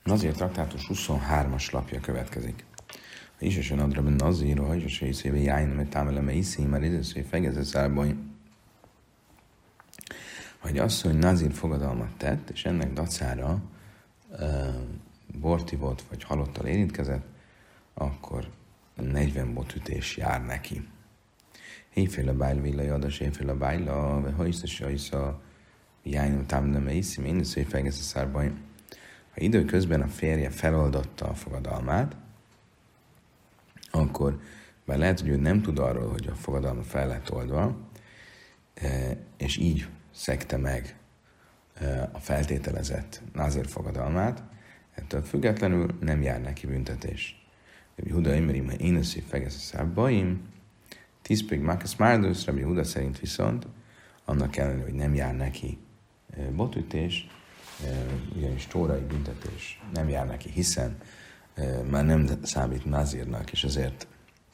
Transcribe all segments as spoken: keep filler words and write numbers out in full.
Nazir traktátus huszonhármas lapja következik. Ha is esen adra ben nazir, ha is esen észébe jájn, mert támeleme iszi, mert észébe fegez ez elbaj. Hogy az, hogy nazir fogadalmat tett, és ennek dacára uh, bortivot vagy halottal érintkezett, akkor negyven botütés jár neki. Héjféle bájla villai adas, héjféle bájla, ha is esen a jájn, támeleme iszi, mert észébe fegez ez elbaj. Ha időközben a férje feloldotta a fogadalmát, akkor bár lehet, hogy ő nem tud arról, hogy a fogadalma fel lett oldva, és így szegte meg a feltételezett názir fogadalmát, ettől függetlenül nem jár neki büntetés. Rabbi Huda imrim, ha én összé fegesz a szábbaim, tízpég mákasz márdusz, Rabbi Huda szerint viszont, annak ellenére, hogy nem jár neki botütés, ugyanis tórai büntetés nem jár neki, hiszen már nem számít nazírnak, és ezért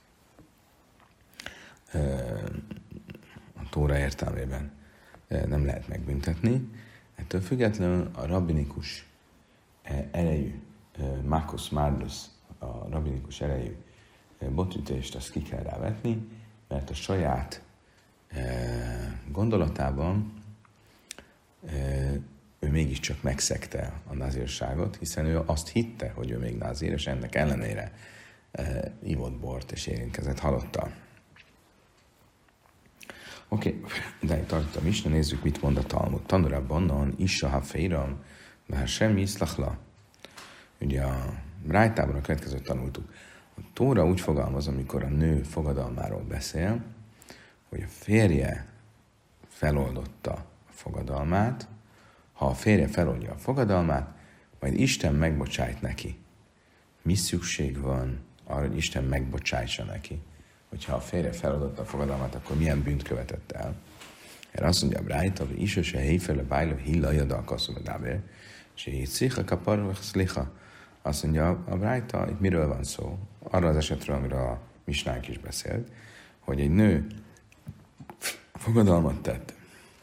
a tóra értelmében nem lehet megbüntetni. Ettől függetlenül a rabbinikus erejű, mákusz márdusz, a rabbinikus erejű botütést azt ki kell rávetni, mert a saját gondolatában ő mégiscsak megszegte a nazírságot, hiszen ő azt hitte, hogy ő még nazír, és ennek ellenére e, ivott bort és érintkezett halottal. Oké, okay. De itt tartottam is, nézzük, mit mond a Talmud. Tanurában, non, issa ha féram, bár semmi iszlachla. Ugye a Brájtában a következőt tanultuk. A Tóra úgy fogalmaz, amikor a nő fogadalmáról beszél, hogy a férje feloldotta a fogadalmát. Ha a férje feloldja a fogadalmát, majd Isten megbocsájt neki. Mi szükség van arra, hogy Isten megbocsájtsa neki? Hogyha a férje feloldotta a fogadalmát, akkor milyen bűnt követett el? Erre azt mondja a Brájta, hogy is se héjfele bájla hillajada a kaszumedábér, és így szicha kapar, szlicha. Azt mondja a Brájta, itt miről van szó? Arra az esetről, amiről a Misnánk is beszélt, hogy egy nő fogadalmat tett,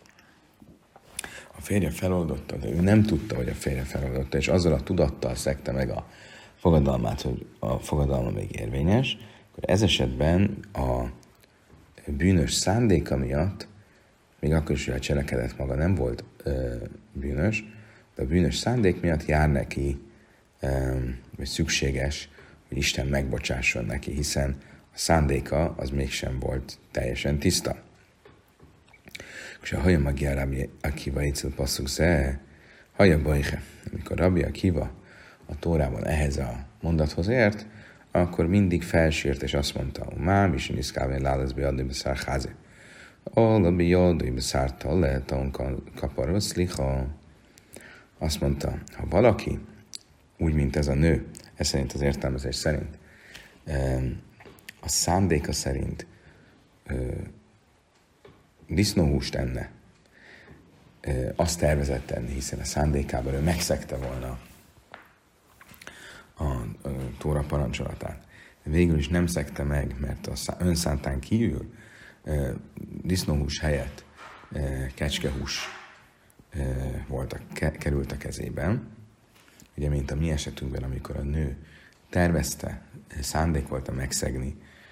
a férje feloldotta, de ő nem tudta, hogy a férje feloldotta, és azzal a tudattal szegte meg a fogadalmát, hogy a fogadalma még érvényes, akkor ez esetben a bűnös szándéka miatt, még akkor is, hogy a cselekedet maga nem volt ö, bűnös, de a bűnös szándék miatt jár neki, ö, vagy szükséges, hogy Isten megbocsásson neki, hiszen a szándéka az mégsem volt teljesen tiszta. És a haja magia Rabbi Akiva Icil passzuk ze, haja bajhe. Amikor Rabbi Akiva a Tórában ehhez a mondathoz ért, akkor mindig felsírt, és azt mondta, mám is niszkávén lálasz be adni beszár háze. Alla be jaldai beszár talle, taon kaparva szliha. Azt mondta, ha valaki, úgy, mint ez a nő, ez szerint az értelmezés szerint, a szándéka szerint disznóhúst enne, azt tervezett tenni, hiszen a szándékában ő megszegte volna a, a Tóra parancsolatát. De végül is nem szegte meg, mert a önszántán kívül e, disznóhús helyett e, kecskehús e, volt a, ke, került a kezében. Ugye, mint a mi esetünkben, amikor a nő tervezte, szándékolta megszegni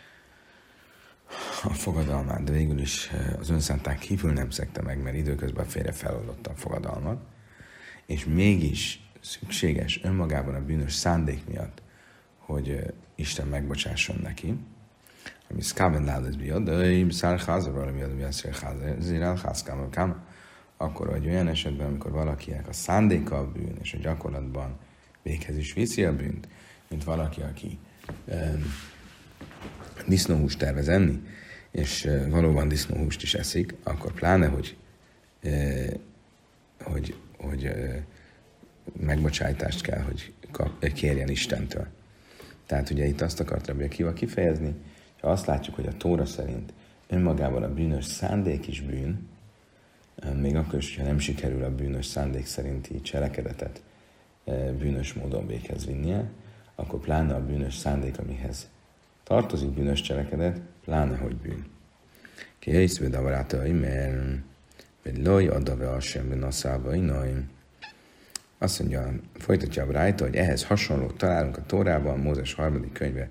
a fogadalmát, de végül is az önszántán kívül nem szegte meg, mert időközben a férje feloldotta a fogadalmat, és mégis szükséges önmagában a bűnös szándék miatt, hogy Isten megbocsásson neki, ami szkáben lálesz biadai, szár házarval, ami adom jászér házarál, házkámmal káma, akkor vagy olyan esetben, amikor valakinek a szándéka a bűn, és a gyakorlatban véghez is viszi a bűnt, mint valaki, aki um, disznóhúst tervez enni, és uh, valóban disznóhúst is eszik, akkor pláne, hogy, uh, hogy, hogy uh, megbocsájtást kell, hogy kap, kérjen Istentől. Tehát ugye itt azt akart Rabbi Akiva kifejezni, ha azt látjuk, hogy a Tóra szerint önmagában a bűnös szándék is bűn, még akkor is, ha nem sikerül a bűnös szándék szerinti cselekedetet bűnös módon véghez vinnie, akkor pláne a bűnös szándék, amihez tartozik bűnös cselekedet, pláne, hogy bűn. Ki jöjjsz a barátai, mert vagy loj adave a semben a szábai naim. Azt mondja, folytatja a Brájta, hogy ehhez hasonlót találunk a Tórában, Mózes harmadik könyve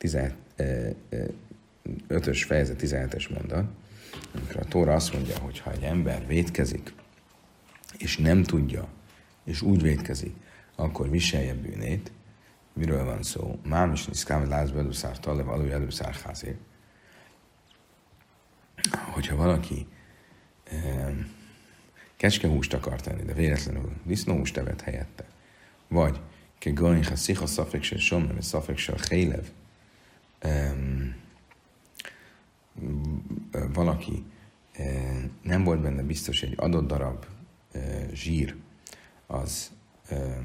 ötös fejezet tizenhetes mondat, amikor a Tóra azt mondja, hogy ha egy ember vétkezik, és nem tudja, és úgy vétkezik, akkor viselje bűnét. Miről van szó? Mám is niszkám, látsz beluszár tallev, alul előszár házé. Hogyha valaki eh, kecskehúst akar tenni, de véletlenül disznóhúst evett helyette, vagy ke goinha szicha szafek se somem, szafek se hélev, valaki eh, nem volt benne biztos, egy adott darab eh, zsír, az eh,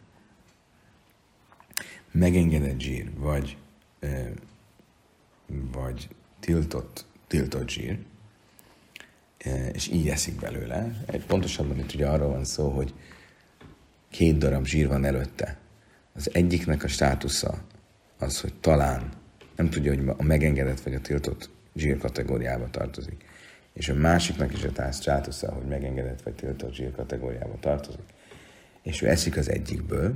megengedett zsír, vagy, eh, vagy tiltott, tiltott zsír, eh, és így eszik belőle. Egy pontosabban itt ugye arról van szó, hogy két darab zsír van előtte. Az egyiknek a státusza az, hogy talán nem tudja, hogy a megengedett vagy a tiltott zsír kategóriába tartozik. És a másiknak is a státusza, hogy megengedett vagy tiltott zsír kategóriába tartozik. És ő eszik az egyikből.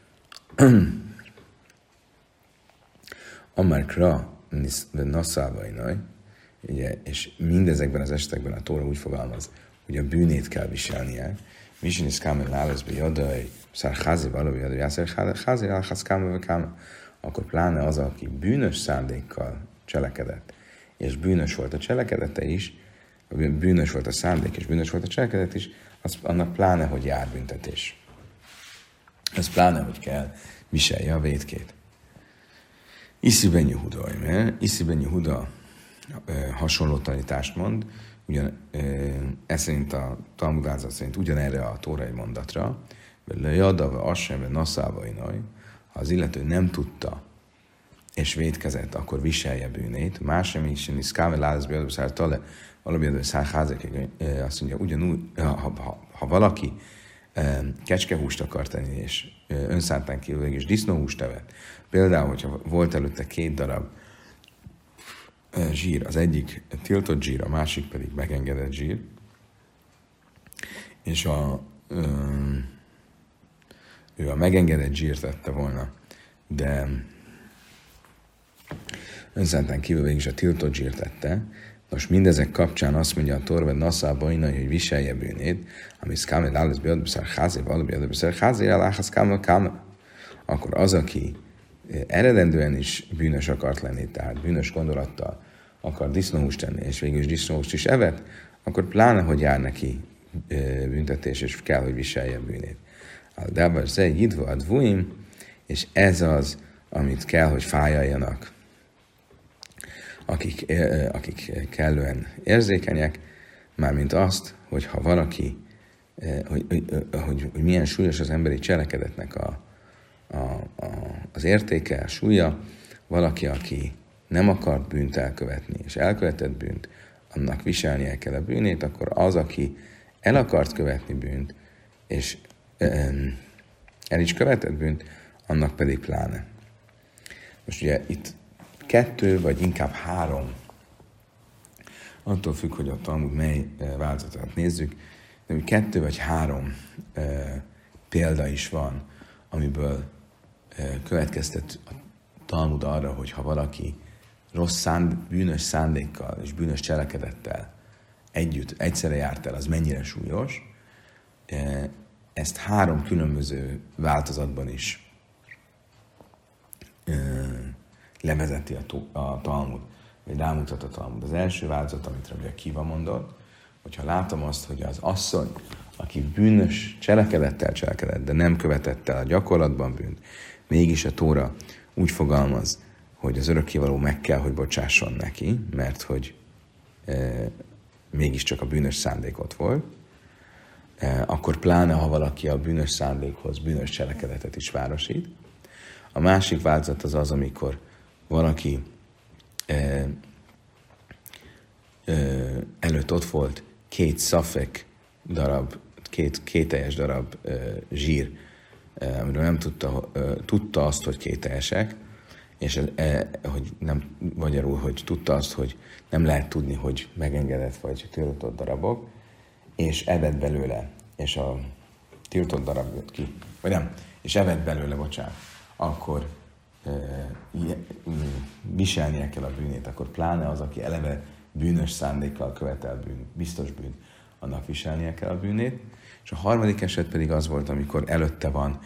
Amarkra nasszálvainaj, ugye, és mindezekben az esetekben a Tóra úgy fogalmaz, hogy a bűnét kell viselnie. Misinis kámel láleszbe jadaj, szár házi valóbi jadaj, jászár házi álház kámel kámel, akkor pláne az, aki bűnös szándékkal cselekedett, és bűnös volt a cselekedete is, bűnös volt a szándék, és bűnös volt a cselekedet is, az annak pláne, hogy jár büntetés. Ez pláne, hogy kell viselje a vétkét. Isziben Yehuda, mert Isziben Yehuda hasonló tanítást mond, ugyan, ez szerint a Talmud áldozat szerint ugyanerre a tórai mondatra, le jadava assem, nasszálvainaj, ha az illető nem tudta, és vétkezett, akkor viselje bűnét. Másem is, is káve lázbe adószár tale, valami szárházak, azt mondja, ugyanúgy, ha, ha, ha valaki kecskehúst akar tenni, és önszántán kívül és disznóhúst evett, például, hogyha volt előtte két darab zsír, az egyik tiltott zsír, a másik pedig megengedett zsír, és a, ő a megengedett zsírt tette volna, de önszántán kívül végig is a tiltott zsírt tette. Most mindezek kapcsán azt mondja a Torved Nasszában innen, hogy viselje bűnét, ami szkámel lállsz beadbeszár házé, valóbi adbeszár házé, aláház kámel kámel. Akkor az, aki eredendően is bűnös akart lenni, tehát bűnös gondolattal akar disznóhúst tenni, és végül is disznóhúst is evett, akkor pláne, hogy jár neki büntetés, és kell, hogy viselje bűnét. De abban ze jidva advuim, és ez az, amit kell, hogy fájaljanak, akik, akik kellően érzékenyek, mármint azt, hogy ha valaki, hogy, hogy, hogy, hogy milyen súlyos az emberi cselekedetnek a, a, a, az értéke, a súlya, valaki, aki nem akart bűnt elkövetni, és elkövetett bűnt, annak viselnie kell a bűnét, akkor az, aki el akart követni bűnt, és um, el is követett bűnt, annak pedig pláne. Most ugye itt kettő, vagy inkább három, attól függ, hogy a Talmud mely változatát nézzük, de úgy kettő vagy három e, példa is van, amiből e, következtet a Talmud arra, hogy ha valaki rossz szánd, bűnös szándékkal és bűnös cselekedettel együtt, egyszerre járt el, az mennyire súlyos. E, ezt három különböző változatban is e, levezeti a, a Talmud, vagy rámutat a Talmud. Az első változat, amit Rabbi Akiva mondott, hogyha látom azt, hogy az asszony, aki bűnös cselekedettel cselekedett, de nem követett el a gyakorlatban bűnt, mégis a Tóra úgy fogalmaz, hogy az örökkévaló meg kell, hogy bocsásson neki, mert hogy e, mégiscsak a bűnös szándék ott volt, e, akkor pláne, ha valaki a bűnös szándékhoz bűnös cselekedetet is városít. A másik változat az az, amikor valaki e, e, előtt ott volt két szafek darab, két kételjes darab e, zsír, e, amiről nem tudta, e, tudta azt, hogy kételjesek, és e, hogy nem, magyarul, hogy tudta azt, hogy nem lehet tudni, hogy megengedett vagy tiltott darabok, és evett belőle, és a tiltott darab jött ki, vagy nem, és evett belőle, bocsánat, akkor e, viselnie kell a bűnét, akkor pláne az, aki eleve bűnös szándékkal követel bűn, biztos bűn, annak viselnie kell a bűnét. És a harmadik eset pedig az volt, amikor előtte van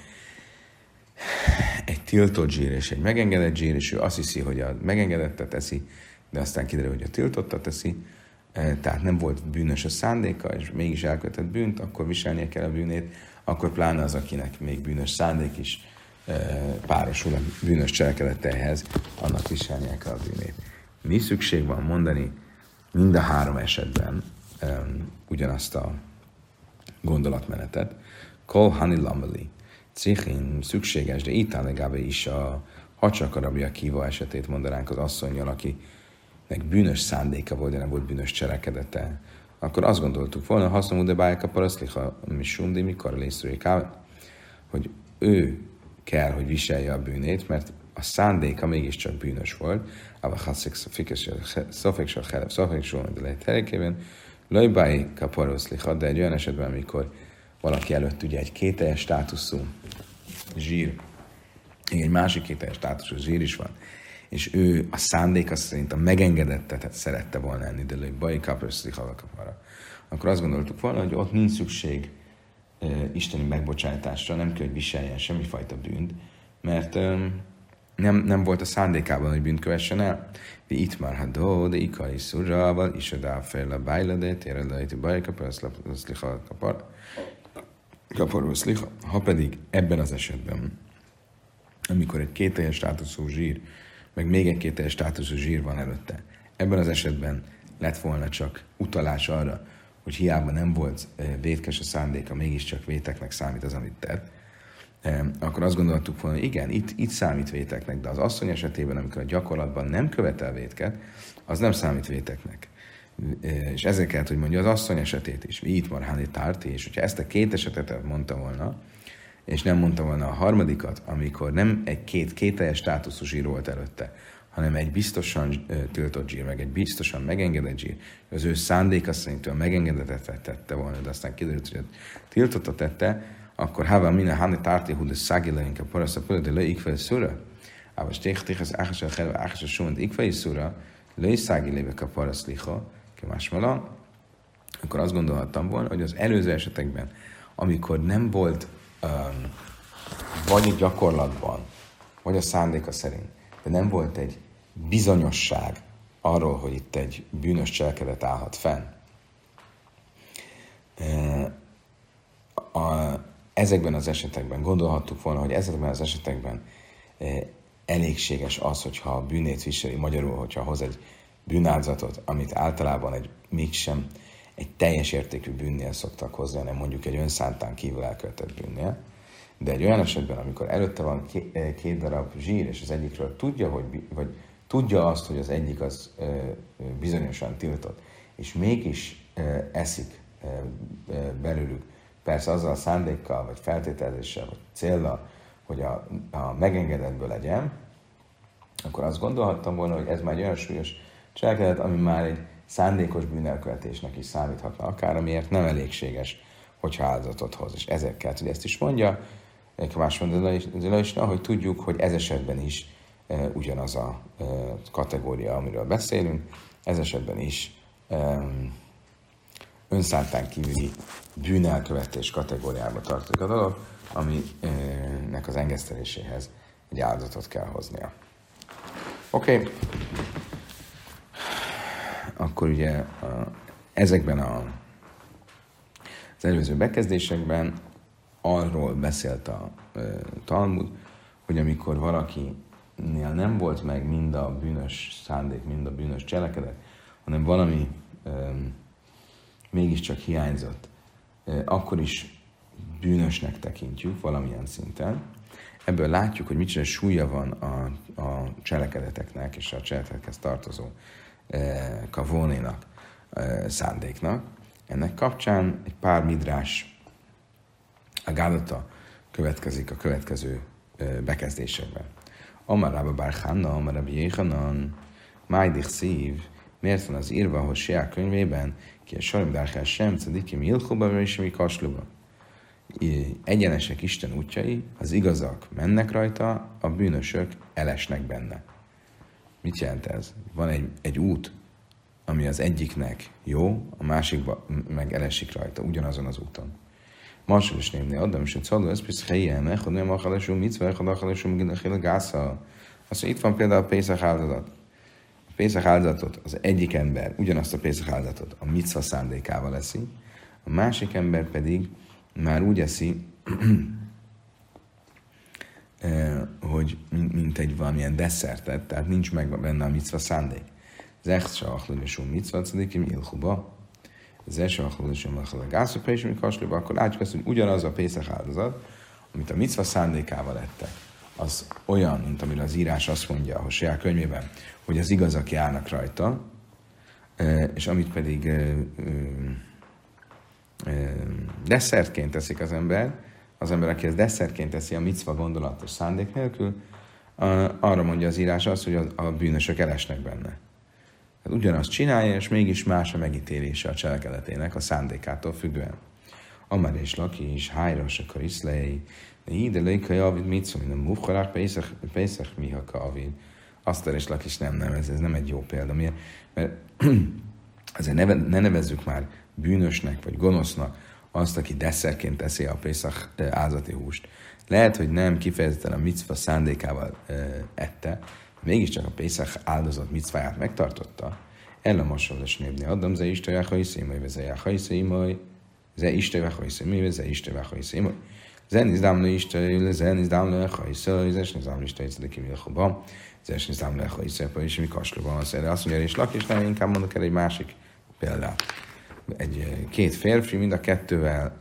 egy tiltott zsír és egy megengedett zsír, és ő azt hiszi, hogy a megengedettet teszi, de aztán kiderül, hogy a tiltottat teszi, tehát nem volt bűnös a szándéka, és mégis elkövetett bűnt, akkor viselnie kell a bűnét, akkor pláne az, akinek még bűnös szándék is párosul a bűnös cselekedeteihez, annak viselnie kell a bűnét. Mi szükség van mondani mind a három esetben um, ugyanazt a gondolatmenetet? Kol hani lameli. Cichin szükséges, de itt legalább is a ha csak a Rabbi Akiva esetét mondanánk az asszonnyal, akinek bűnös szándéka volt, de nem volt bűnös cselekedete, akkor azt gondoltuk volna, hasznom de bájka paraszliha misumdi mikor lészrőjékával, hogy ő kell, hogy viselje a bűnét, mert a szándéka mégiscsak bűnös volt, ava haszik szoféksor helep, szoféksor, de lehet helyekében, lajbájka paraszliha, de egy olyan esetben, amikor valaki előtt ugye egy kételjes státuszú zsír, egy másik kételjes státuszú zsír is van, és ő a szándéka szerint a megengedettet szerette volna enni, de lőj baj kapröszli halakapara. Akkor azt gondoltuk volna, hogy ott nincs szükség e, isteni megbocsátásra, nem kell, hogy viseljen semmifajta bűnt, mert e, nem, nem volt a szándékában, hogy bűnt kövessen el. De itt már hadó, de ikai szurrával, is adá fel a bájlade, tére lejti baj kapröszli halakapara. Ha pedig ebben az esetben, amikor egy kételjes státuszú zsír, meg még egy kételjes státuszú zsír van előtte, ebben az esetben lett volna csak utalás arra, hogy hiába nem volt vétkes a szándéka, mégiscsak véteknek számít az, amit tett, akkor azt gondoltuk volna, hogy igen, itt, itt számít véteknek, de az asszony esetében, amikor a gyakorlatban nem követel vétket, az nem számít véteknek. És ezért kellett, hogy mondja az asszony esetét is. Itt marháni tárti, és hogyha ezt a két esetet mondta volna, és nem mondta volna a harmadikat, amikor nem egy két kételjes státuszú zsír volt előtte, hanem egy biztosan tiltott zsír, meg egy biztosan megengedett zsír, az ő szándéka szerint a megengedettet tette volna, de aztán kiderült, hogy a tiltottat tette, akkor hava mina hani tárti hú de szágilaink a paraszapöl, de le ikvel szura, ával stéhték az áhasra helve áhasra sumant ikvel szura, le szágilébe a paraszliha, kemásmala, akkor azt gondolhattam volna, hogy az előző esetekben, amikor nem volt um, vagy gyakorlatban, vagy a szándéka szerint, de nem volt egy bizonyosság arról, hogy itt egy bűnös cselekedet állhat fenn. A, ezekben az esetekben gondolhattuk volna, hogy ezekben az esetekben elégséges az, hogyha a bűnét viseli, magyarul, hogyha hoz egy bűnáldozatot, amit általában egy mégsem egy teljes értékű bűnnél szoktak hozni, hanem mondjuk egy önszántán kívül elkövetett bűnnél. De egy olyan esetben, amikor előtte van két, két darab zsír, és az egyikről tudja, hogy, vagy tudja azt, hogy az egyik az e, bizonyosan tiltott, és mégis e, eszik e, e, belőlük, persze azzal a szándékkal, vagy feltételezéssel, vagy céllal, hogy a, a megengedetből legyen, akkor azt gondolhattam volna, hogy ez már egy olyan súlyos cselekedet, ami már egy szándékos bűnelkövetésnek is számíthatna, akár amiért nem elégséges, hogyha áldozatot hoz. És ezért kell, hogy ezt is mondja, más mondja is, hogy tudjuk, hogy ez esetben is e, ugyanaz a e, kategória, amiről beszélünk, ez esetben is e, önszántán kívüli bűnelkövetés kategóriába tartozik a dolog, aminek az engeszteléséhez egy áldozatot kell hoznia. Oké. Okay. Akkor ugye a, ezekben a, az előző bekezdésekben arról beszélt a e, Talmud, hogy amikor valakinél nem volt meg mind a bűnös szándék, mind a bűnös cselekedet, hanem valami e, mégiscsak hiányzott, e, akkor is bűnösnek tekintjük valamilyen szinten. Ebből látjuk, hogy micsoda súlya van a, a cselekedeteknek és a cselekedethez tartozó e, kavónénak, e, szándéknak. Ennek kapcsán egy pár midrás a gádata következik a következő e, bekezdésekben. Amar Rabba Bar Channa, Amar Rabbi Jéhanan, Májdich szív, miért van az írva, hogy Siák könyvében, ki a Sarim Dárkás sem, Cedikim Ilchuba, és mi Kasluba. egyenesek Isten útjai, az igazak mennek rajta, a bűnösök elesnek benne. Mit jelent ez? Van egy, egy út, ami az egyiknek jó, a másikba meg elesik rajta, ugyanazon az úton. Másul is némni adom, és szadó, ez pisz helyen, hogy nem achalású micva, hogy achalású megint gásza. Azt mondja, itt van például a Pészach áldozat. A Pészach áldozatot az egyik ember ugyanazt a Pészach áldozatot a micva szándékával eszi, a másik ember pedig már úgy eszi, hogy mint egy valamilyen desszertet, tehát nincs meg benne a micva szándék. Zech se achlódású micva, cedikim ilchuba. Zech se achlódású micva, gászopésmi kasliba, akkor látjuk azt, hogy ugyanaz a Pészach áldozat, amit a micva szándékával ettek, az olyan, mint amire az írás azt mondja a Hosea könyvében, hogy az igazak járnak rajta, és amit pedig desszertként teszik az ember, az ember, aki ezt desszertként teszi a micva gondolatos szándék nélkül, arra mondja az írás azt, hogy a bűnösök elesnek benne. Tehát ugyanazt csinálja, és mégis más a megítélése a cselekedetének a szándékától függően. Amár és laki is, hájras a kariszlei, de ide lőjkai avid micva, minden mufkarák, pészek mihaka avid. Asztal és laki is nem, nem, ez, ez nem egy jó példa. Miért? Mert azért ne, ne nevezzük már bűnösnek vagy gonosznak azt, aki desszertként teszi a Pészach áldozati húst. Lehet, hogy nem kifejezetten a micva szándékával e, ette, mégiscsak a Pészach áldozat micváját megtartotta. El a masolás névni adom, ze istajá hajszémaj, ze hajszémaj, ze istajá hajszémaj, ze istajá hajszémaj. Ze nizdámlő istajá, ze nizdámlő hajszémaj, ze nizdámlő istajá, ze kimi ilchoba, ze nizdámlő hajszémaj, és mi kaslóban. Erre azt mondja, és lak, és nem inkább mondok el egy másik példát. Egy, két férfi, mind a kettővel,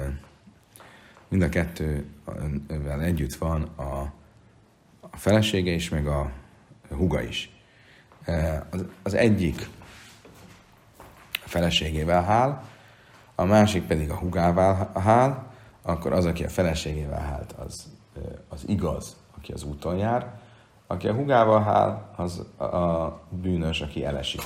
mind a kettővel együtt van a, a felesége is, meg a húga is. Az, az egyik a feleségével hál, a másik pedig a húgával hál, akkor az, aki a feleségével hált, az, az igaz, aki az úton jár, aki a húgával hál, az a bűnös, aki elesik.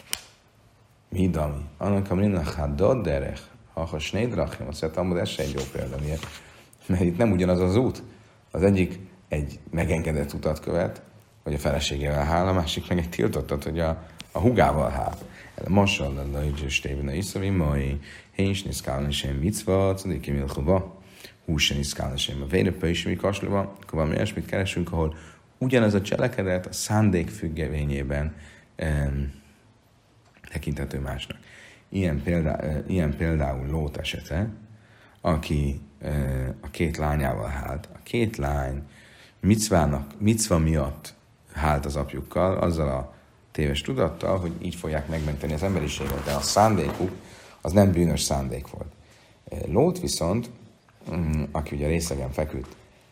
Mi dami? Annak, aminek hát dodderech, ha snédrachim, azt mondtam, hogy ez se egy jó példa, miért? Mert itt nem ugyanaz az út. Az egyik egy megengedett utat követ, hogy a feleségével hál, a másik meg egy tiltottat, hogy a, a hugával hál. Masallallah, hogy Stévina Iszavi, mai hénys niszkálni sem micva, cadikim ilchuba, hús sem niszkálni sem a véröpő is, mi kasluba, akkor valami olyasmit keresünk, ahol ugyanaz a cselekedet a szándék függvényében em, tekinthető másnak. Ilyen, példá, ilyen például Lót esete, aki a két lányával hált. A két lány micvának, micva miatt hált az apjukkal, azzal a téves tudattal, hogy így fogják megmenteni az emberiséget, de a szándékuk az nem bűnös szándék volt. Lót viszont, aki ugye részegen feküdt,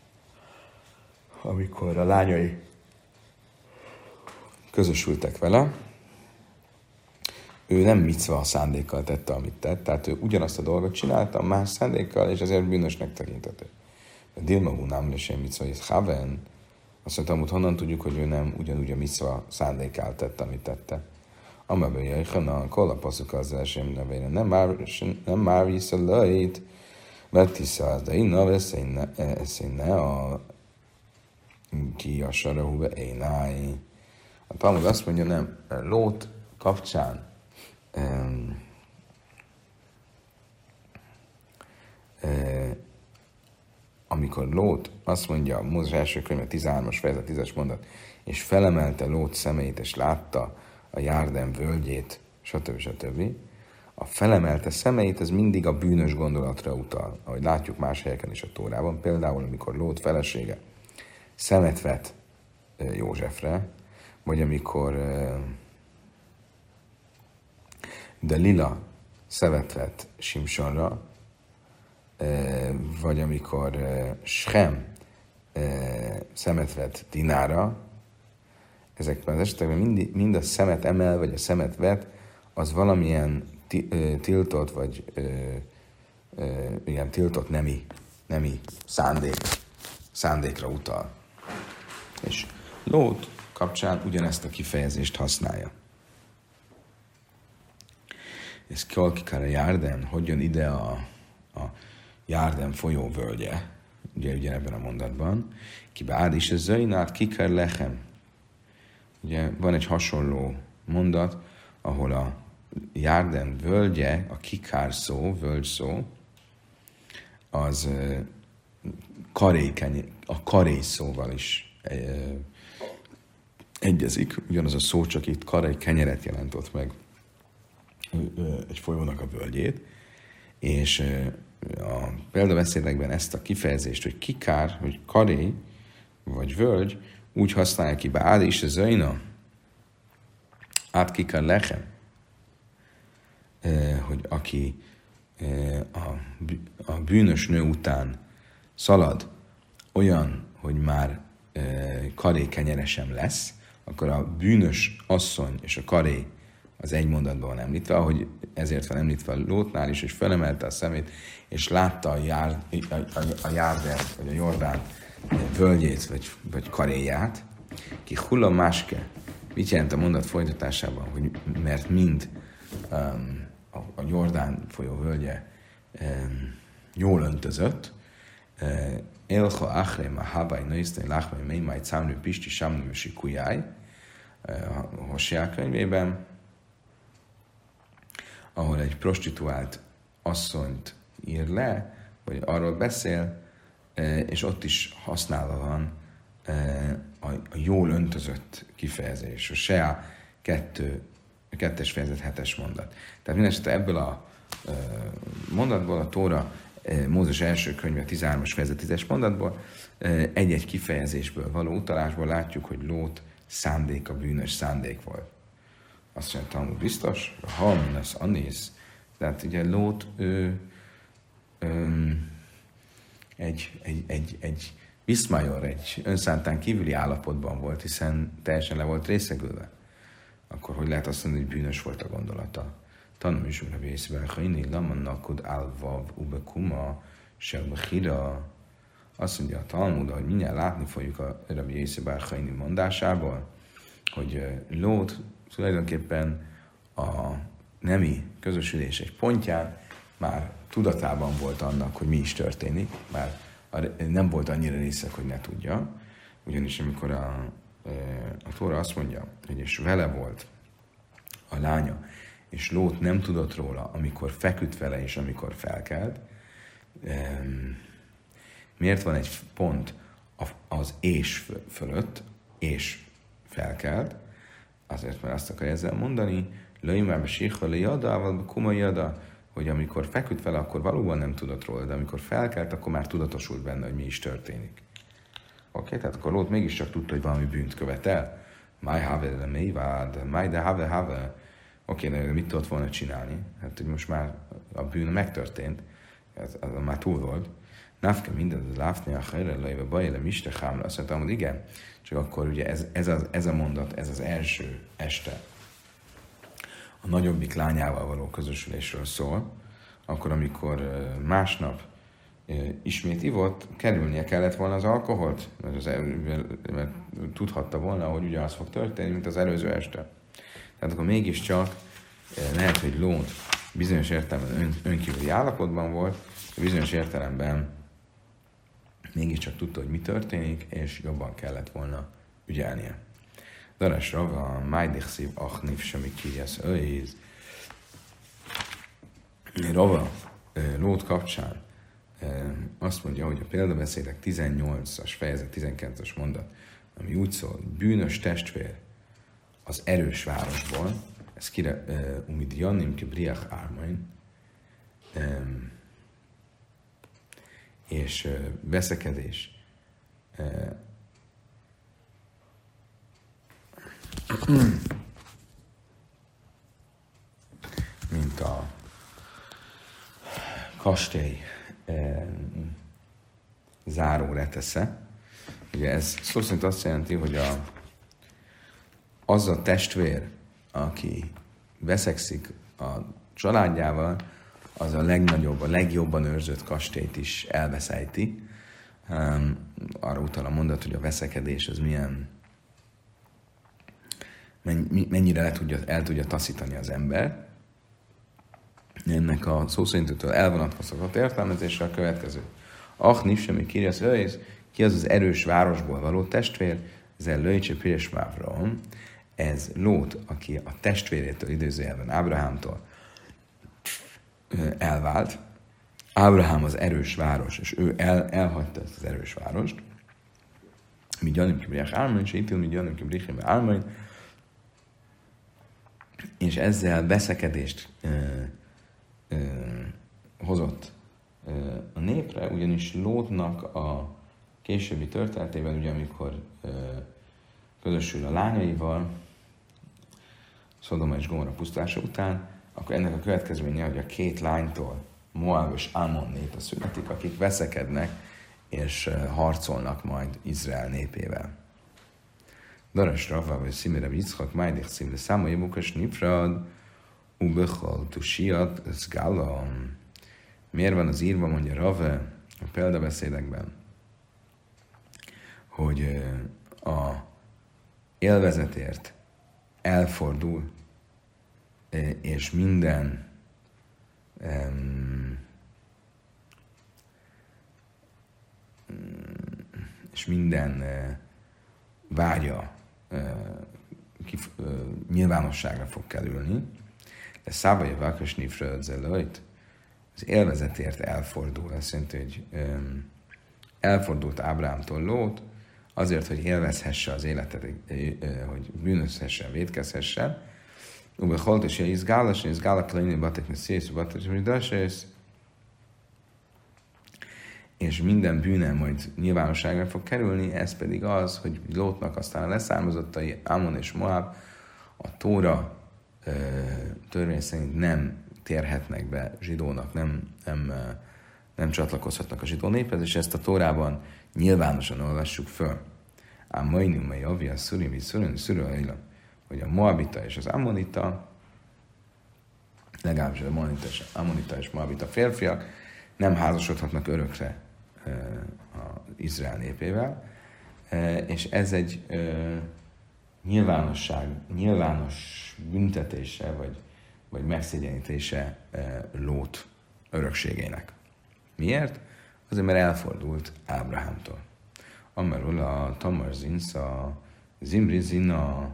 amikor a lányai közösültek vele, ő nem micva szándékkal tette, amit tett, tehát ő ugyanazt a dolgot csinálta más szándékkal, és ezért bűnösnek tekintető. Dilma húnám lesz egy micva, és haven, azt mondtam, hogy honnan tudjuk, hogy ő nem ugyanúgy a micva szándékkal tette, amit tette. Amabban jöjjön a kollapaszuk az első nevére, nem már, nem már visszalőjét, mert tisztáz, de inna veszélyne a ki a sarahúbe énáj. A Talmud azt mondja, nem, Lót kapcsán Um, uh, amikor Lót azt mondja, a Mózes első könyve tizenhármas fejezet tízes mondat, és felemelte Lót szemeit, és látta a Járden völgyét, stb. stb. A felemelte szemeit, ez mindig a bűnös gondolatra utal, ahogy látjuk más helyeken is a Tórában. Például, amikor Lót felesége szemet vet uh, Józsefre, vagy amikor uh, de Lila szemet vett Simsonra, vagy amikor Schem szemet vett Dinára, ezekben az esetekben mind, mind a szemet emel, vagy a szemet vet, az valamilyen tiltott, vagy igen, tiltott nemi, nemi szándék, szándékra utal. És Lót kapcsán ugyanezt a kifejezést használja. Ez Kolkikara Járden, hogy jön ide a, a Járden folyó völgye, ugye, ugye ebben a mondatban, ki beád is ez zöjnát kikar lechem. Ugye van egy hasonló mondat, ahol a Járden völgye, a kikár szó, völgy szó, az karé, a karé szóval is egyezik. Ugyanaz a szó, csak itt karé kenyeret jelentott meg egy folyónak a völgyét, és a példabeszédekben ezt a kifejezést, hogy kikár, hogy karé, vagy völgy, úgy használják ki be ád is a zöjna, át kikár lechem, hogy aki a bűnös nő után szalad olyan, hogy már karé kenyere sem lesz, akkor a bűnös asszony és a karé az egy mondatban van említve, ahogy ezért van említve a Lótnál is, és felemelte a szemét, és látta a, jár, a, a, a Járden, vagy a Jordán völgyét, vagy, vagy karéját, ki hulla máske. Mit jelent a mondat folytatásában, hogy mert mind um, a, a Jordán folyó völgye um, jól öntözött, Élha achrém a habály nősztén láhmai mélymáj cámlő pisti sámnő sikujjáj, a Hosea könyvében, ahol egy prostituált asszonyt ír le, vagy arról beszél, és ott is használva van a jól öntözött kifejezés, a Sea kettő, kettes fejezet hetes mondat. Tehát mindesetre ebből a mondatból a Tóra, Mózes első könyve tizenhármas fejezet tízes mondatból, egy-egy kifejezésből való utalásból látjuk, hogy Lót szándéka bűnös szándék volt. Azt mondja, hogy biztos, ha mindasz anész, tehát ugye Lót ő, ő, egy, egy, egy, egy viszmajor, egy önszántán kívüli állapotban volt, hiszen teljesen le volt részegülve. Akkor hogy lehet azt mondani, hogy bűnös volt a gondolata? Tanulj is, hogy vészben, ha inni lamannakud álvav ubekuma selbechira. Azt mondja a Talmud, hogy mindjárt látni fogjuk a Rabbi Jészebár Haini mondásából, hogy Lót tulajdonképpen a nemi közösülés egy pontján már tudatában volt annak, hogy mi is történik, már nem volt annyira részeg, hogy ne tudja, ugyanis amikor a, a Tóra azt mondja, hogy és vele volt a lánya, és Lót nem tudott róla, amikor feküdt vele, és amikor felkelt. Miért van egy pont az és fölött, és felkelt? Azért, mert azt akarja ezzel mondani, löjmába síkhali jada, kuma jada, hogy amikor feküdt vele, akkor valóban nem tudott róla, de amikor felkelt, akkor már tudatosult benne, hogy mi is történik. Oké, okay, tehát akkor Lót mégiscsak tudta, hogy valami bűnt követel. Máj have le mévád, máj de have have. Oké, okay, de mit tudott volna csinálni? Hát, hogy most már a bűn megtörtént, ez, az már túl volt. Nafke minden, az láfni a helyre, lejve bajele, miste hámla. Azt mondtam, hogy igen, csak akkor ugye ez, ez, az, ez a mondat, ez az első este a nagyobbik lányával való közösülésről szól, akkor amikor másnap ismét ivott, kerülnie kellett volna az alkoholt, mert, az, mert, mert tudhatta volna, hogy ugyanaz fog történni, mint az előző este. Tehát akkor mégiscsak lehet, hogy Lót bizonyos értelemben ön, önkívüli állapotban volt, bizonyos értelemben mégiscsak tudta, hogy mi történik, és jobban kellett volna ügyelnie. Daras Rava, Májdich szív, Achniv, semmi kigyesz, öjéz. Rava Lót kapcsán azt mondja, hogy a példabeszédek tizennyolcas fejezet, tizenkilences mondat, ami úgy szól, bűnös testvér az erős városból, ez kire umid jannim ki briach ármain, és veszekedés mint a kastély záró retesze. Ugye ez szó szerint azt jelenti, hogy a, az a testvér, aki veszekszik a családjával, az a legnagyobb, a legjobban őrzött kastélyt is elveszejti. Um, arra utal a mondat, hogy a veszekedés az milyen, mennyire el tudja, el tudja taszítani az ember. ennek a szó szerintől elvonatkoztatott értelmezésre a következő. Ah, nifsemi kiriasz öjsz, ki az az erős városból való testvér, ez a Löjcse Pires Mávrom, ez Lót, aki a testvérétől, idézőjelben Ábrahámtól elvált. Ábrahám az erős város, és ő el, elhagyta ezt az erős várost. Mi gyanim kibriach álmain, és itt mi gyanim kibriach álmain, és ezzel veszekedést ö, ö, hozott ö, a népre, ugyanis Lótnak a későbbi történetében, ugye amikor ö, közösül a lányaival, Szodoma és Gomorra pusztulása után, akkor ennek a következménye, hogy a két lánytól Moab és Ammon népe születik, akik veszekednek és harcolnak majd Izrael népével. Daras Rava, vagy Szimire Yitzchak, Májdich Szimre Száma Jebukas Nifrad, Ubechal Tusiat, Zgalam. Miért van az írva, mondja Rava a példabeszédekben, hogy a élvezetért elfordul, és minden és minden vágya kif, nyilvánosságra fog kerülni, de Szábai Vákos Nifröldzelőjt az élvezetért elfordul. Azt jelenti, hogy elfordult Ábrahámtól Lót, azért, hogy élvezhesse az életet, hogy bűnözhessen, vétkezhessen. Ube holtos, hogy izgálas, és izgálak lenni, batek, mert szész, batek, és minden bűne majd nyilvánosságra fog kerülni, ez pedig az, hogy Lótnak aztán a leszármazottai, Ammon és Moab, a Tóra ö, törvény szerint nem térhetnek be zsidónak, nem, nem, nem csatlakozhatnak a zsidó néphez, és ezt a Tórában nyilvánosan olvassuk föl. Ám majdnem, mely avia szurimi szurimi szurimi, hogy a Moabita és az Ammonita, legalábbis az Ammonita és, Ammonita és Moabita férfiak nem házasodhatnak örökre az Izrael népével, és ez egy nyilvánosság, nyilvános büntetése, vagy, vagy megszégyenítése Lót örökségének. Miért? Azért, mert elfordult Ábrahámtól. Amerül a Tamar Zinsz, a Zimri Zina,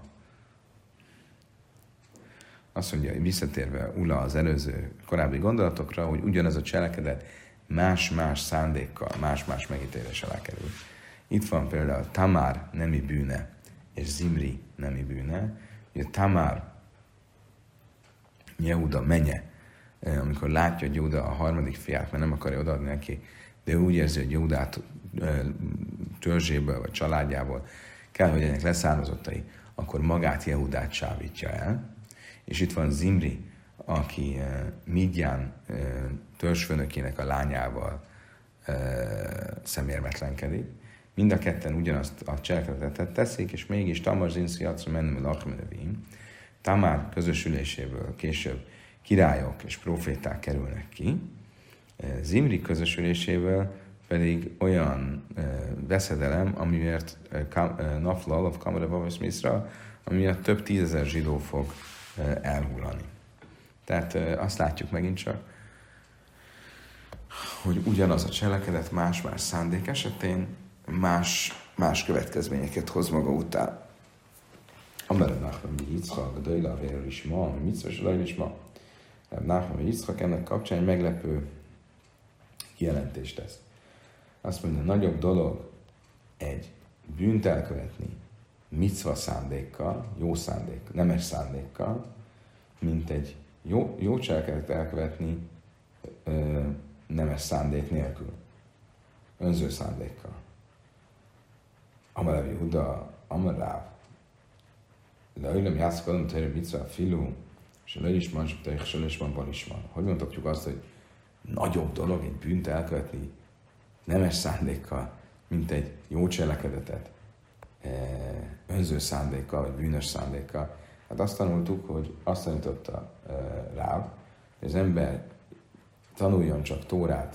azt mondja, hogy visszatérve Ula az előző korábbi gondolatokra, hogy ugyanaz a cselekedet más-más szándékkal, más-más megítélés alá kerül. Itt van például Tamár nemi bűne és Zimri nemi bűne. Ugye Tamár Jehuda menye, amikor látja, hogy Jehuda a harmadik fiát, mert nem akarja odaadni neki, de úgy érzi, hogy Jehudát törzséből vagy családjából kell, hogy ennek leszármazottai, akkor magát Jehudát csábítja el. És itt van Zimri, aki uh, Midján uh, törzsfőnökének a lányával uh, szemérmetlenkedik. Mind a ketten ugyanazt a cselekedetet teszik, és mégis Tamar Zinszki Atszra mennem Lachmenevim. Tamár közösüléséből később királyok és proféták kerülnek ki. Uh, Zimri közösüléséből pedig olyan uh, veszedelem, amiért uh, kam, uh, Naflal of Kameravavis Miszra, amiért több tízezer zsidó fog uh, elhullani. Tehát uh, azt látjuk megint csak, hogy ugyanaz a cselekedet más-más szándék esetén más, más következményeket hoz maga után. Amellett Nachman mi Yitzchak, a Dajla Véről is ma, ami Mitzvah Salajl is ma. Nachman mi Yitzchak ennek kapcsán egy meglepő kijelentést tesz. Azt mondja, nagyobb dolog egy bűnt elkövetni micva szándékkal, jó szándék, nemes szándékkal, mint egy jó, jó cselekedet elkövetni ö, nemes szándék nélkül, önző szándékkal. Amarav Yehuda, Amarav, leülöm játszok adom tőle micva filú, és le is van, és le is van, van is van. Hogy mondhatjuk azt, hogy nagyobb dolog egy bűnt elkövetni nemes szándékkal, mint egy jó cselekedetet önző szándékkal, vagy bűnös szándékkal. Hát azt tanultuk, hogy azt tanította Ráv, hogy az ember tanuljon csak Tórát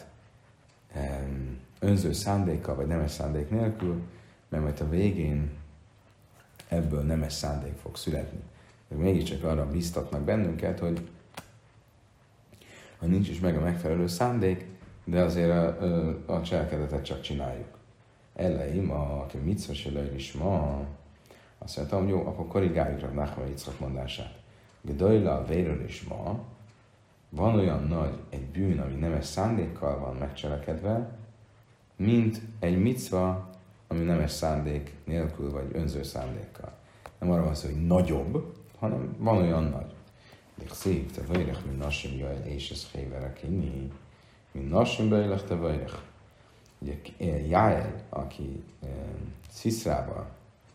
önző szándékkal, vagy nemes szándék nélkül, mert majd a végén ebből nemes szándék fog születni. De mégiscsak arra biztatnak bennünket, hogy ha nincs is meg a megfelelő szándék, de azért a, a, a cselekedetet csak csináljuk. Eleim, aki mitzvah is ma, azt mondtam, hogy jó, akkor korrigáljuk Rav Nachman Yitzchak mondását. Gedajla véről is ma, van olyan nagy egy bűn, ami nemes szándékkal van megcselekedve, mint egy micva, ami nemes szándék nélkül, vagy önző szándékkal. Nem arra van szó, hogy nagyobb, hanem van olyan nagy. De szép, te vajrech, mint nasim jajl, és ez hévere kini, mint nasim bejlech, te vajrech. Ugye Jáel, aki e, Sziszrába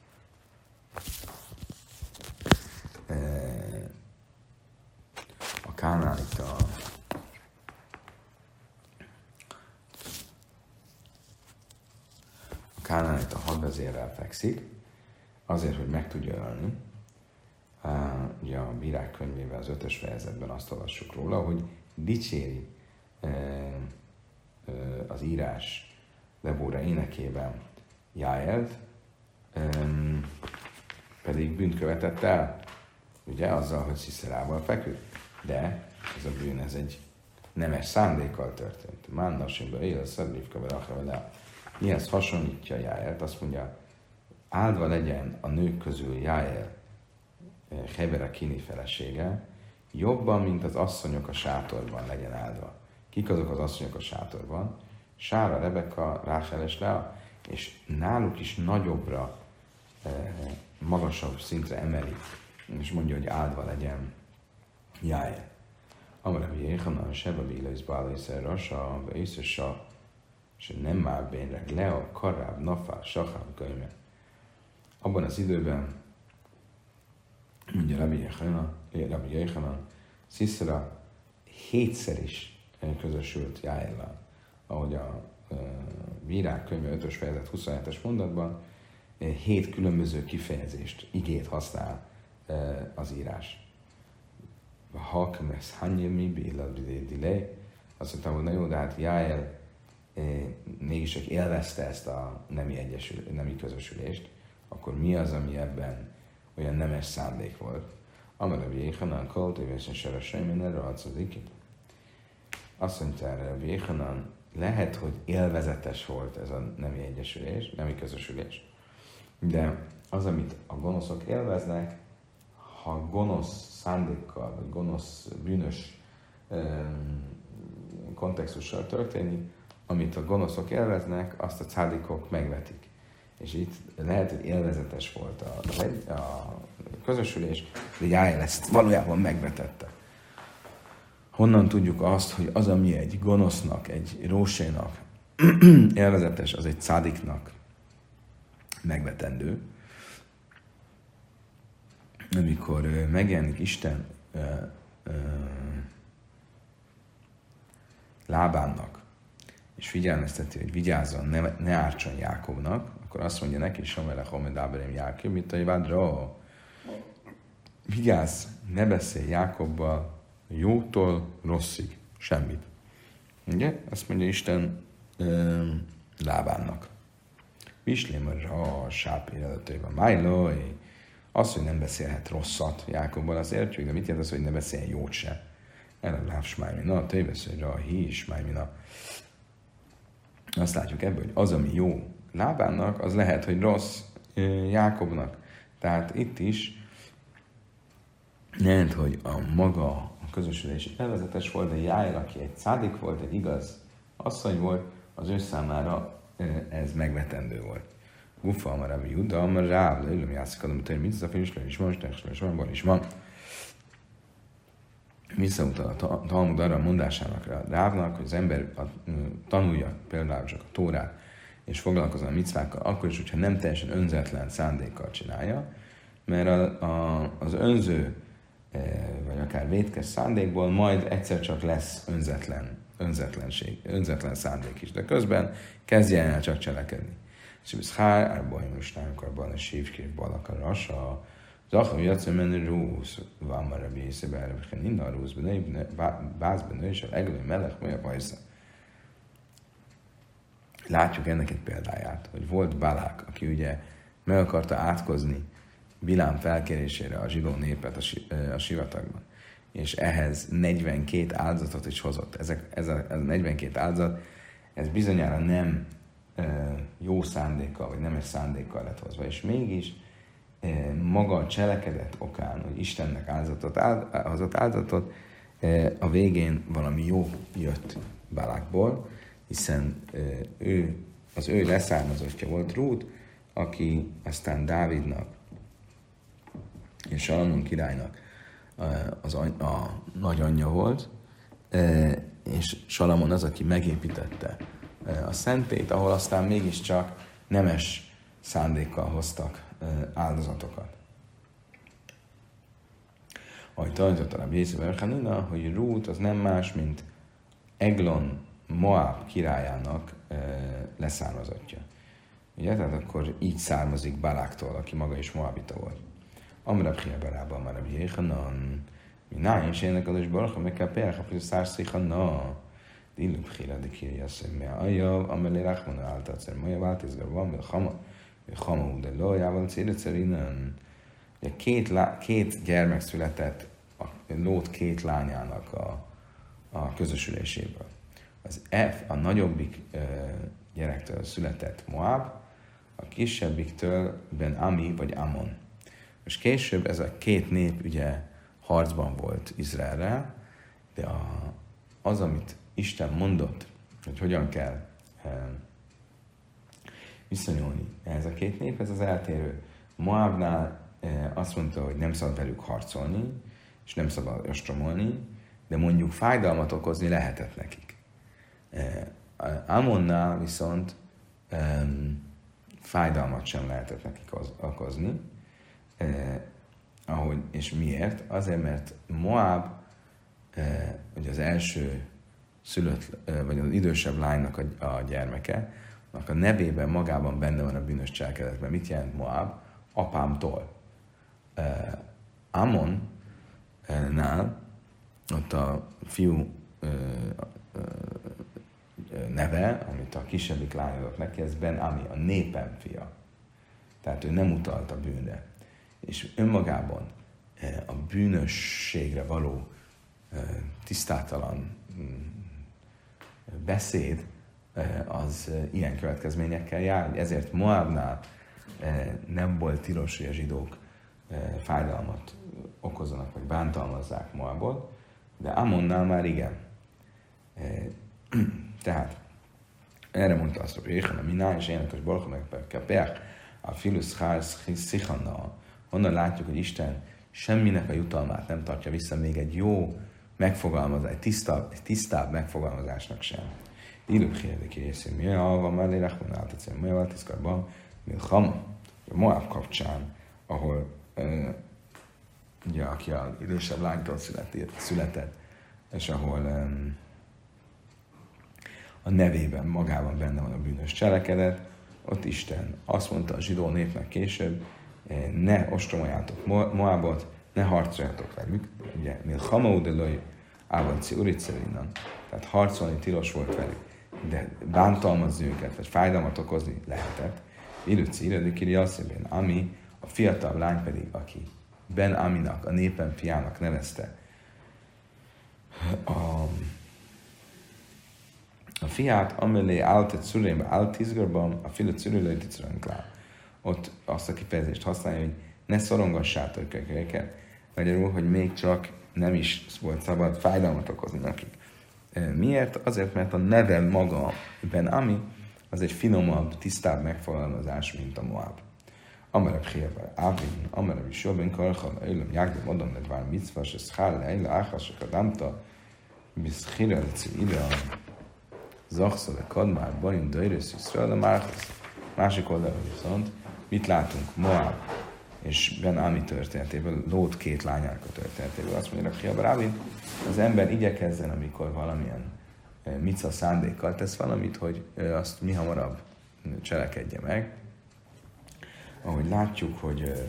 e, a Kánánita a Kánánita hadvezérrel fekszik, azért, hogy meg tudja ölni. Uh, ugye a Bírák könyvében az ötös fejezetben azt olvassuk róla, hogy dicséri uh, uh, az írás Debóra énekében Jáelt, um, pedig bűnt követett el, ugye azzal, hogy Sziszerával feküdt. De ez a bűn, ez egy nemes szándékkal történt. Mánnasimba él, szedlívka, vagy akra, mihez hasonlítja Jáelt? Azt mondja, áldva legyen a nők közül Jáel, Hebere Kini felesége, jobban, mint az asszonyok a sátorban legyen áldva. Kik azok az asszonyok a sátorban? Sára, Rebeka, Ráhel és Lea, és náluk is nagyobbra, magasabb szintre emeli, és mondja, hogy áldva legyen Jáel. Amarabi Jéhanan, Seba Bílaisz Bálaisz Rasa, Vészösa, és nem már bénreg, Lea, Karáb, Nafál, Saháb, Göjme. Abban az időben, mondja Rabbi Jéhanan, Rabbi Jéhanan, Sziszra hétszer is közösült Jáellel, ahogy a uh, Bírák könyve ötös fejezet huszonhetes mondatban hét különböző kifejezést, igét használ uh, az írás. Hak, mesz, hanyemi, bélad, delay. Azt mondtam, hogy na jó, de hát Jáel eh, mégis csak élvezte ezt a nemi, egyesül, nemi közösülést, akkor mi az, ami ebben olyan nemes szándék volt? Amarabi Jéhanan, Kolt, évesen Seresejmen, erre adszódik. Azt mondta erre Rabbi Jéhanan, lehet, hogy élvezetes volt ez a nemi egyesülés, nemi közösülés, de az, amit a gonoszok élveznek, ha gonosz szándékkal, vagy gonosz, bűnös um, kontextussal történik, amit a gonoszok élveznek, azt a cádikok megvetik. És itt lehet, hogy élvezetes volt a, a közösülés, de Jáel ezt valójában megvetette. Honnan tudjuk azt, hogy az, ami egy gonosznak, egy rósénak élvezetes, az egy cádiknak megvetendő. Amikor uh, megjelenik Isten uh, uh, Lábánnak, és figyelmezteti, hogy vigyázzon, ne, ne ártson Jákobnak, akkor azt mondja neki, Somelech Homed Áberem Jákob, mint a Ivádra, vigyázz, ne beszélj Jákobbal jótól rosszig, semmit. Ugye? Azt mondja Isten uh, Lábánnak. Vislémarra, sápi előttében, májlói, az, hogy nem beszélhet rosszat Jákobban, az értjük, de mit jelent az, hogy ne beszéljen jót se? Erre lábs májmina, tévesz, hogy rá, hi is májmina. Azt látjuk ebből, hogy az, ami jó Lábánnak, az lehet, hogy rossz Jákobnak. Tehát itt is jelent, hogy a maga a közösülés elvezetes volt, de Jáel, aki egy szádik volt, egy igaz asszony volt, az ő számára ez megvetendő volt. Gufa, Amarabi Juda, Amar Ráv, Leülöm játszik adom, hogy mit szafél is le, és van, és van, van, is van. Visszautal a Talmud arra a mondásának Rávnak, hogy az ember a, tanulja például csak a Tórát, és foglalkozom a micvákkal, akkor is, hogyha nem teljesen önzetlen szándékkal csinálja, mert a, a, az önző, vagy akár vétkes szándékból majd egyszer csak lesz önzetlen, önzetlenség, önzetlen szándék is, de közben kezdjen el csak cselekedni. És ez hár, árbahim és nájukarban a sívkév balakar rasa, Zacham jötszön menni rúsz, van már a bészébe, erre innen rúsz, bázben nő, és a legelő melech, mi a bajsza. Látjuk ennek egy példáját, hogy volt Balák, aki ugye meg akarta átkozni Bilám felkérésére a zsidó népet a, a sivatagban. és ehhez negyvenkét áldozatot is hozott. Ezek, ez, a, ez a negyvenkét áldozat, ez bizonyára nem e, jó szándékkal, vagy nemes szándékkal lett hozva, és mégis e, maga a cselekedet okán, hogy Istennek áldozatot, áld, hozott áldozatot, e, a végén valami jó jött Balákból, hiszen e, ő, az ő leszármazottja volt Rút, aki aztán Dávidnak és Salamon királynak az a, a nagyanyja volt, és Salamon az, aki megépítette a szentét, ahol aztán mégiscsak nemes szándékkal hoztak áldozatokat. Ahogy tanította a Jézus Hanina, hogy Rút az nem más, mint Eglon Moab királyának leszármazottja. Ugye? Tehát akkor így származik Baláktól, aki maga is Moabita volt. Amrab Hiabarában már a Jéhanan, mi nájn, és ennek az is barha, meg kell például, hogy szárszéha na, dillub híra, de kérje azt, hogy mi a ajav, amelé Rachman által szer, maja váltizgar van, mi a hama, mi a hama, de lojával cérecer innen. Ugye két, lá, két gyermek született a Lót két lányának a, a közösüléséből. Az F, a nagyobbik e, gyerektől született Moab, a kisebbiktől Ben Ami vagy Amon. Most később ez a két nép ugye harcban volt Izraelrel, de a, az, amit Isten mondott, hogy hogyan kell e, viszonyulni ez a két nép, ez az eltérő. Moabnál e, azt mondta, hogy nem szabad velük harcolni, és nem szabad ostromolni, de mondjuk fájdalmat okozni lehetett nekik. E, Amonnál viszont e, fájdalmat sem lehetett nekik okozni. Eh, ahogy, és miért? Azért, mert Moab, eh, ugye az első szülött, eh, vagy az idősebb lánynak a, a gyermeke, a nevében magában benne van a bűnös cselekedetben. Mit jelent Moab? Apámtól. Eh, Ammonnál, ott a fiú eh, eh, neve, amit a kisebbik lány adott neki, ez Ben Ami, a népem fia. Tehát ő nem utalt a bűnre. És önmagában a bűnösségre való tisztátalan beszéd az ilyen következményekkel jár. Ezért Moabnál nem volt tilos, hogy a zsidók fájdalmat okozzanak, vagy bántalmazzák Moabot, de Ammonnál már igen. Tehát erre mondta azt, hogy Jéhan a Miná, és énekes Barcha meg Kepeach, a Filusz Hász Szichanna. Honnan látjuk, hogy Isten semminek a jutalmát nem tartja vissza, még egy jó megfogalmazás, egy tisztább, egy tisztább megfogalmazásnak sem. Illub Hirdeki részén, mi a van mellé Rachman által, mi a váltizkarban, mi a Ham, a Moab kapcsán, ahol uh, ugye, aki az idősebb lánytól született, született és ahol um, a nevében, magában benne van a bűnös cselekedet, ott Isten azt mondta a zsidó népnek később, ne ostromoljátok Moabot, ne harcoljatok velük, ugye, milchama udeloj ávanci uritzerinan, tehát harcolni tilos volt velük, de bántalmazni őket, vagy fájdalmat okozni lehetett. Illuci iredikiri asszonyben, Ami, a fiatal lány pedig, aki Ben Aminak, a népen fiának nevezte a, a fiát, amelé állt szülénbe, állt tízgörben, a fila szülőlői tízgörben. Ott azt a kifejezést használja, hogy ne szorongassátok őket, magyarul, hogy még csak nem is volt szabad fájdalmat okozni nekik. Miért? Azért, mert a neve maga, Ben Ami, az egy finomabb, tisztább megfogalmazás, mint a Moab. Amarab Hiabar, Avin, Amarab is jobban karchal, Öylöm, Jágdom, Odom, Ledvár, Mitzvah, se Szchál, Leila, Áchas, Kadamta, Bizchira, Leci, Ide, Zachszol, Kadmár, Barim, Döjrös, Iszrael, a Márhasz. Másik oldalon viszont mit látunk? Moab és Ben Ami történetéből, Lót két lányának a történetéből. Azt mondja, hogy Hiabar, az ember igyekezzen, amikor valamilyen mica szándékkal tesz valamit, hogy azt mi hamarabb cselekedje meg. Ahogy látjuk, hogy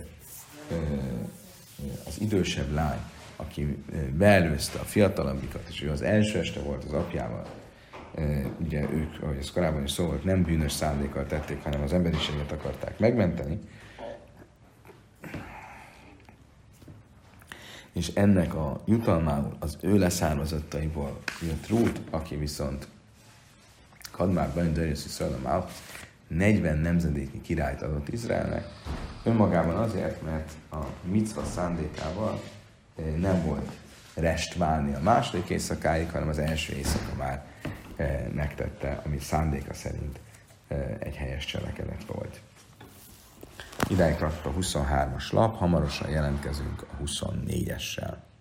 az idősebb lány, aki beelőzte a fiatalabbikat, és ő az első este volt az apjával, ugye ők, ahogy ez korábban is szó volt, nem bűnös szándékkal tették, hanem az emberiséget akarták megmenteni. és ennek a jutalmául az ő leszármazottaiból jött Rút, aki viszont Kadmár Ben Darius Iszrael negyven nemzedéknyi királyt adott Izraelnek, önmagában azért, mert a micva szándékával nem volt rest válni a második éjszakáig, hanem az első éjszaka már megtette, ami szándéka szerint egy helyes cselekedet volt. Idáig tart a huszonhármas lap, hamarosan jelentkezünk a huszonnégyessel.